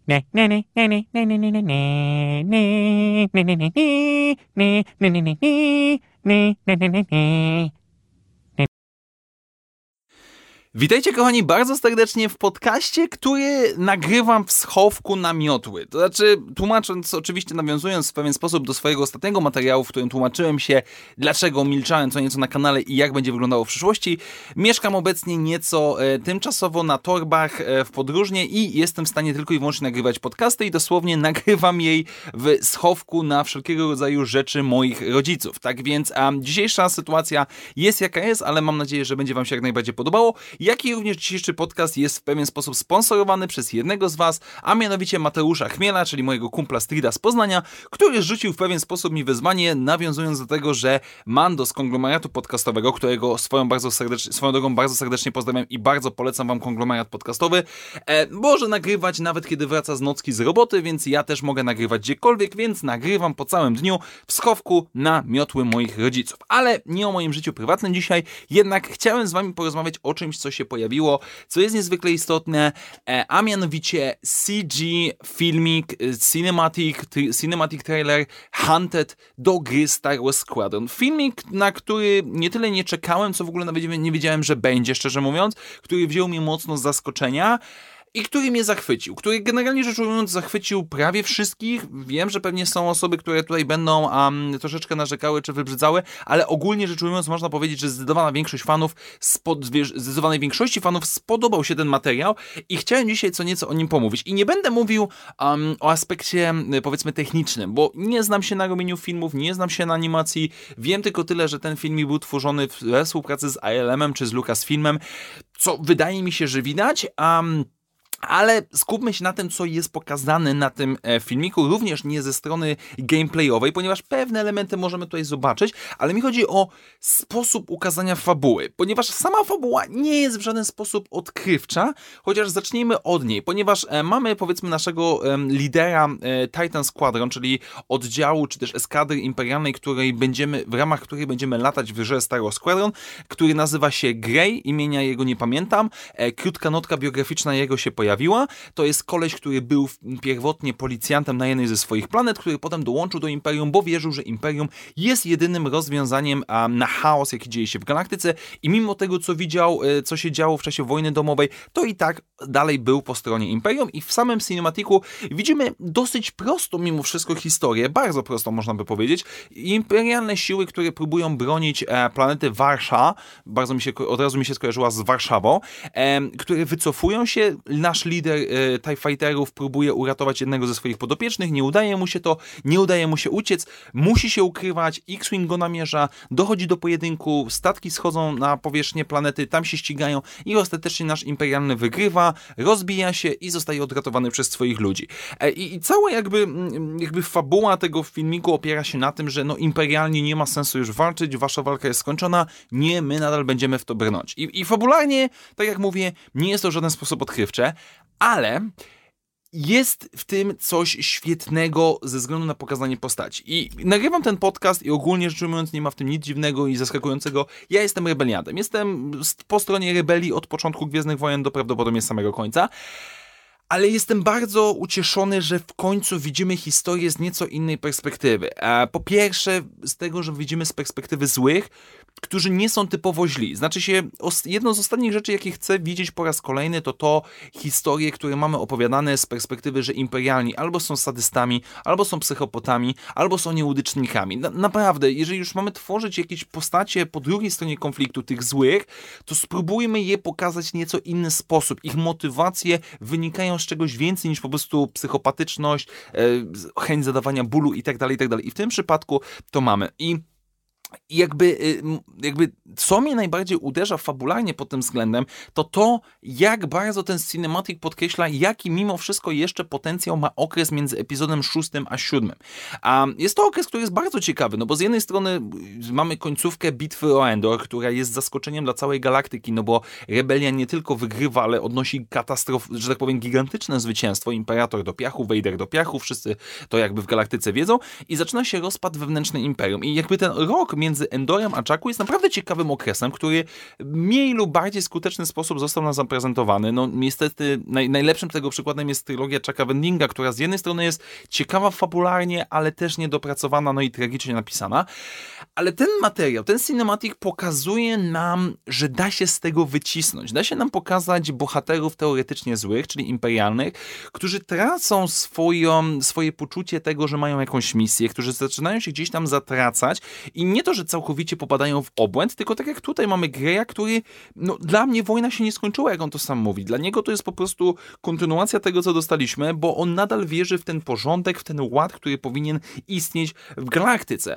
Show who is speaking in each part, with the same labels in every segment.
Speaker 1: Witajcie kochani bardzo serdecznie w podcaście, który nagrywam w schowku na miotły. To znaczy, tłumacząc, oczywiście nawiązując w pewien sposób do swojego ostatniego materiału, w którym tłumaczyłem się, dlaczego milczałem co nieco na kanale i jak będzie wyglądało w przyszłości, mieszkam obecnie nieco tymczasowo na torbach w podróżnie i jestem w stanie tylko i wyłącznie nagrywać podcasty i dosłownie nagrywam jej w schowku na wszelkiego rodzaju rzeczy moich rodziców. Tak więc dzisiejsza sytuacja jest jaka jest, ale mam nadzieję, że będzie wam się jak najbardziej podobało. Jak i również dzisiejszy podcast jest w pewien sposób sponsorowany przez jednego z was, a mianowicie Mateusza Chmiela, czyli mojego kumpla Strida z Poznania, który rzucił w pewien sposób mi wyzwanie, nawiązując do tego, że Mando z konglomeratu podcastowego, którego swoją drogą bardzo serdecznie pozdrawiam i bardzo polecam wam konglomerat podcastowy, może nagrywać nawet kiedy wraca z nocki z roboty, więc ja też mogę nagrywać gdziekolwiek, więc nagrywam po całym dniu w schowku na miotły moich rodziców. Ale nie o moim życiu prywatnym dzisiaj, jednak chciałem z wami porozmawiać o czymś, co się pojawiło, co jest niezwykle istotne, a mianowicie CG filmik, cinematic trailer Hunted do gry Star Wars Squadron. Filmik, na który nie tyle nie czekałem, co w ogóle nawet nie wiedziałem, że będzie, szczerze mówiąc, który wziął mnie mocno z zaskoczenia i który mnie zachwycił, który generalnie rzecz ujmując zachwycił prawie wszystkich. Wiem, że pewnie są osoby, które tutaj będą troszeczkę narzekały czy wybrzydzały, ale ogólnie rzecz ujmując można powiedzieć, że zdecydowanej większości fanów spodobał się ten materiał i chciałem dzisiaj co nieco o nim pomówić. I nie będę mówił o aspekcie powiedzmy technicznym, bo nie znam się na robieniu filmów, nie znam się na animacji, wiem tylko tyle, że ten filmik był tworzony we współpracy z ILM-em czy z Lucasfilmem, co wydaje mi się, że widać, ale skupmy się na tym, co jest pokazane na tym filmiku, również nie ze strony gameplayowej, ponieważ pewne elementy możemy tutaj zobaczyć, ale mi chodzi o sposób ukazania fabuły, ponieważ sama fabuła nie jest w żaden sposób odkrywcza, chociaż zacznijmy od niej, ponieważ mamy powiedzmy naszego lidera Titan Squadron, czyli oddziału, czy też eskadry imperialnej, w ramach której będziemy latać w grze Star Wars Squadron, który nazywa się Grey, imienia jego nie pamiętam, krótka notka biograficzna jego się pojawiła. To jest koleś, który był pierwotnie policjantem na jednej ze swoich planet, który potem dołączył do Imperium, bo wierzył, że Imperium jest jedynym rozwiązaniem na chaos, jaki dzieje się w galaktyce i mimo tego, co widział, co się działo w czasie wojny domowej, to i tak dalej był po stronie Imperium i w samym cinematiku widzimy dosyć prostą mimo wszystko historię, bardzo prostą można by powiedzieć. Imperialne siły, które próbują bronić planety Warsza, od razu mi się skojarzyła z Warszawą, które wycofują się, nasz lider TIE Fighterów próbuje uratować jednego ze swoich podopiecznych, nie udaje mu się to, nie udaje mu się uciec, musi się ukrywać, X-Wing go namierza, dochodzi do pojedynku, statki schodzą na powierzchnię planety, tam się ścigają i ostatecznie nasz imperialny wygrywa, rozbija się i zostaje odratowany przez swoich ludzi. I cała jakby fabuła tego filmiku opiera się na tym, że imperialnie nie ma sensu już walczyć, wasza walka jest skończona, nie, my nadal będziemy w to brnąć. I fabularnie, tak jak mówię, nie jest to w żaden sposób odkrywcze, ale jest w tym coś świetnego ze względu na pokazanie postaci. I nagrywam ten podcast i ogólnie rzecz ujmując nie ma w tym nic dziwnego i zaskakującego. Ja jestem rebeliantem. Jestem po stronie rebelii od początku Gwiezdnych Wojen do prawdopodobnie samego końca. Ale jestem bardzo ucieszony, że w końcu widzimy historię z nieco innej perspektywy. Po pierwsze z tego, że widzimy z perspektywy złych, którzy nie są typowo źli. Znaczy się, jedną z ostatnich rzeczy, jakie chcę widzieć po raz kolejny, to historie, które mamy opowiadane z perspektywy, że imperialni albo są sadystami, albo są psychopatami, albo są nieudycznikami. Naprawdę, jeżeli już mamy tworzyć jakieś postacie po drugiej stronie konfliktu, tych złych, to spróbujmy je pokazać w nieco inny sposób. Ich motywacje wynikają z czegoś więcej niż po prostu psychopatyczność, chęć zadawania bólu i tak dalej, i tak dalej. I w tym przypadku to mamy. I jakby co mnie najbardziej uderza fabularnie pod tym względem, to jak bardzo ten cinematic podkreśla, jaki mimo wszystko jeszcze potencjał ma okres między epizodem 6 a 7. A jest to okres, który jest bardzo ciekawy, bo z jednej strony mamy końcówkę bitwy o Endor, która jest zaskoczeniem dla całej galaktyki, bo rebelia nie tylko wygrywa, ale odnosi że tak powiem, gigantyczne zwycięstwo. Imperator do piachu, Vader do piachu, wszyscy to jakby w galaktyce wiedzą i zaczyna się rozpad wewnętrzny Imperium. I jakby ten rok między Endorem a Jakku jest naprawdę ciekawym okresem, który w mniej lub bardziej skuteczny sposób został nam zaprezentowany. No niestety najlepszym tego przykładem jest trylogia Chucka Wendinga, która z jednej strony jest ciekawa fabularnie, ale też niedopracowana, no i tragicznie napisana. Ale ten materiał, ten cinematic pokazuje nam, że da się z tego wycisnąć. Da się nam pokazać bohaterów teoretycznie złych, czyli imperialnych, którzy tracą swoje poczucie tego, że mają jakąś misję, którzy zaczynają się gdzieś tam zatracać i nie to, że całkowicie popadają w obłęd, tylko tak jak tutaj mamy Greya, który, no dla mnie wojna się nie skończyła, jak on to sam mówi. Dla niego to jest po prostu kontynuacja tego, co dostaliśmy, bo on nadal wierzy w ten porządek, w ten ład, który powinien istnieć w galaktyce.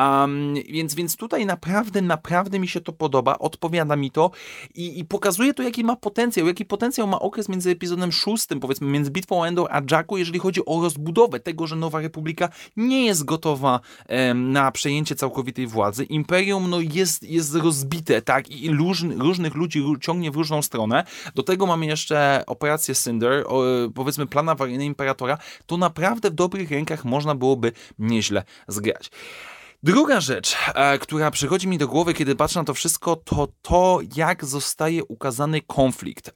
Speaker 1: Więc tutaj naprawdę mi się to podoba, odpowiada mi to i pokazuje to, jaki potencjał ma okres między epizodem 6, powiedzmy, między bitwą o Endor a Jakku, jeżeli chodzi o rozbudowę tego, że Nowa Republika nie jest gotowa na przejęcie całkowitej władzy. Imperium no, jest rozbite, tak, i różnych ludzi ciągnie w różną stronę. Do tego mamy jeszcze operację Cinder, powiedzmy plan awaryjny Imperatora. To naprawdę w dobrych rękach można byłoby nieźle zgrać. Druga rzecz, która przychodzi mi do głowy, kiedy patrzę na to wszystko, to jak zostaje ukazany konflikt.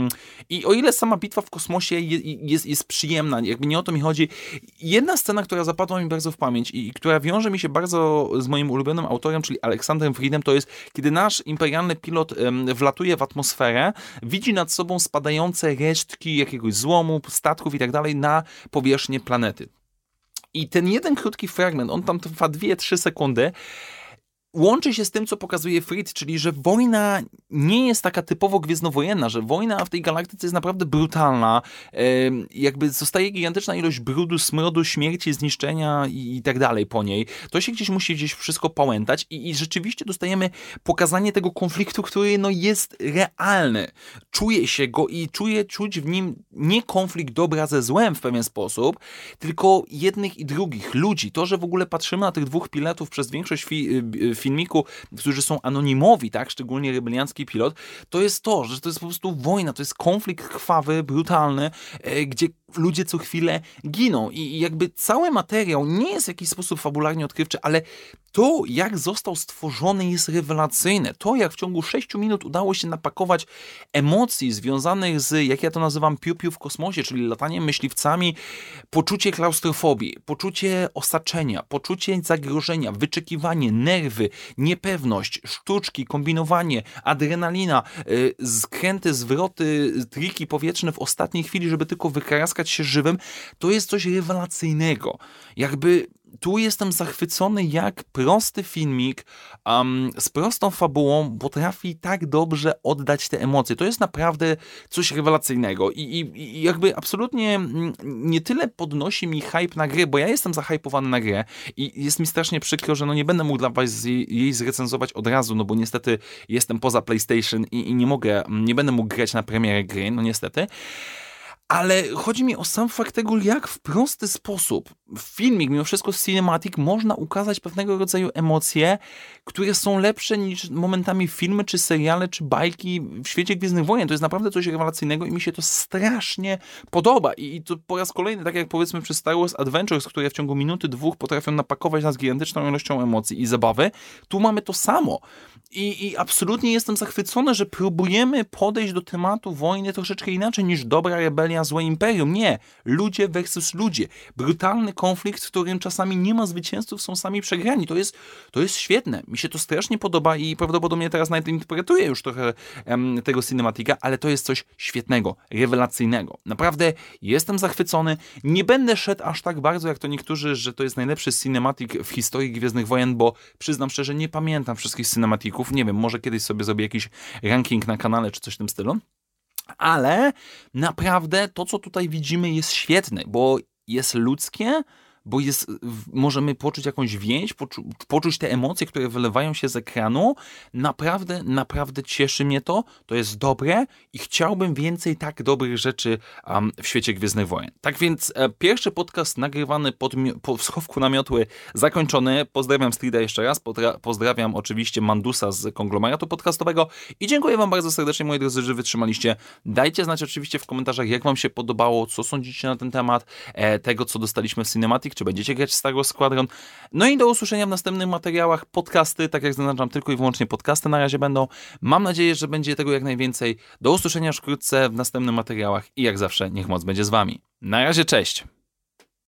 Speaker 1: I o ile sama bitwa w kosmosie jest przyjemna, jakby nie o to mi chodzi, jedna scena, która zapadła mi bardzo w pamięć i która wiąże mi się bardzo z moim ulubionym autorem, czyli Aleksandrem Freedem, to jest, kiedy nasz imperialny pilot wlatuje w atmosferę, widzi nad sobą spadające resztki jakiegoś złomu, statków i tak dalej na powierzchnię planety. I ten jeden krótki fragment, on tam trwa 2-3 sekundy, łączy się z tym, co pokazuje Fried, czyli że wojna nie jest taka typowo gwiezdnowojenna, że wojna w tej galaktyce jest naprawdę brutalna, jakby zostaje gigantyczna ilość brudu, smrodu, śmierci, zniszczenia i tak dalej po niej. To się musi gdzieś wszystko pałętać i rzeczywiście dostajemy pokazanie tego konfliktu, który no jest realny. Czuje się go i czuć w nim nie konflikt dobra ze złem w pewien sposób, tylko jednych i drugich ludzi. To, że w ogóle patrzymy na tych dwóch pilotów przez większość filmiku, którzy są anonimowi, tak, szczególnie rebeliancki pilot, to jest to, że to jest po prostu wojna, to jest konflikt krwawy, brutalny, gdzie ludzie co chwilę giną i jakby cały materiał nie jest w jakiś sposób fabularnie odkrywczy, ale to, jak został stworzony, jest rewelacyjne. To, jak w ciągu 6 minut udało się napakować emocji związanych z, jak ja to nazywam, piu-piu w kosmosie, czyli lataniem myśliwcami, poczucie klaustrofobii, poczucie osaczenia, poczucie zagrożenia, wyczekiwanie, nerwy, niepewność, sztuczki, kombinowanie, adrenalina, skręty, zwroty, triki powietrzne w ostatniej chwili, żeby tylko wykaraskać się żywym, to jest coś rewelacyjnego. Jakby tu jestem zachwycony, jak prosty filmik z prostą fabułą potrafi tak dobrze oddać te emocje. To jest naprawdę coś rewelacyjnego i jakby absolutnie nie tyle podnosi mi hype na grę, bo ja jestem zahypowany na grę i jest mi strasznie przykro, że no nie będę mógł dla was jej zrecenzować od razu, no bo niestety jestem poza PlayStation i nie będę mógł grać na premierę gry, no niestety. Ale chodzi mi o sam fakt tego, jak w prosty sposób filmik, mimo wszystko cinematic, można ukazać pewnego rodzaju emocje, które są lepsze niż momentami filmy, czy seriale, czy bajki w świecie Gwiezdnych Wojen. To jest naprawdę coś rewelacyjnego i mi się to strasznie podoba. I to po raz kolejny, tak jak powiedzmy przy Star Wars Adventures, które w ciągu minuty, 2 potrafią napakować nas gigantyczną ilością emocji i zabawy, tu mamy to samo. I absolutnie jestem zachwycony, że próbujemy podejść do tematu wojny troszeczkę inaczej niż dobra rebelia, złe imperium. Nie. Ludzie versus ludzie. Brutalny konflikt, w którym czasami nie ma zwycięzców, są sami przegrani. To jest świetne. Mi się to strasznie podoba i prawdopodobnie teraz nadinterpretuję już trochę tego cinematika, ale to jest coś świetnego, rewelacyjnego. Naprawdę jestem zachwycony. Nie będę szedł aż tak bardzo, jak to niektórzy, że to jest najlepszy cinematic w historii Gwiezdnych Wojen, bo przyznam szczerze, nie pamiętam wszystkich cinematików. Nie wiem, może kiedyś sobie zrobię jakiś ranking na kanale, czy coś w tym stylu. Ale naprawdę to, co tutaj widzimy, jest świetne, bo jest ludzkie, bo możemy poczuć jakąś więź, poczuć te emocje, które wylewają się z ekranu. Naprawdę cieszy mnie to. To jest dobre i chciałbym więcej tak dobrych rzeczy w świecie Gwiezdnych Wojen. Tak więc pierwszy podcast nagrywany w schowku na miotły zakończony. Pozdrawiam Strida jeszcze raz. Pozdrawiam oczywiście Mandusa z konglomeratu podcastowego i dziękuję wam bardzo serdecznie, moi drodzy, że wytrzymaliście. Dajcie znać oczywiście w komentarzach, jak wam się podobało, co sądzicie na ten temat, tego, co dostaliśmy w Cinematic, czy będziecie grać w Star Wars Squadron. No i do usłyszenia w następnych materiałach. Podcasty, tak jak zaznaczam, tylko i wyłącznie podcasty na razie będą. Mam nadzieję, że będzie tego jak najwięcej. Do usłyszenia już wkrótce w następnych materiałach i jak zawsze niech moc będzie z wami. Na razie, cześć!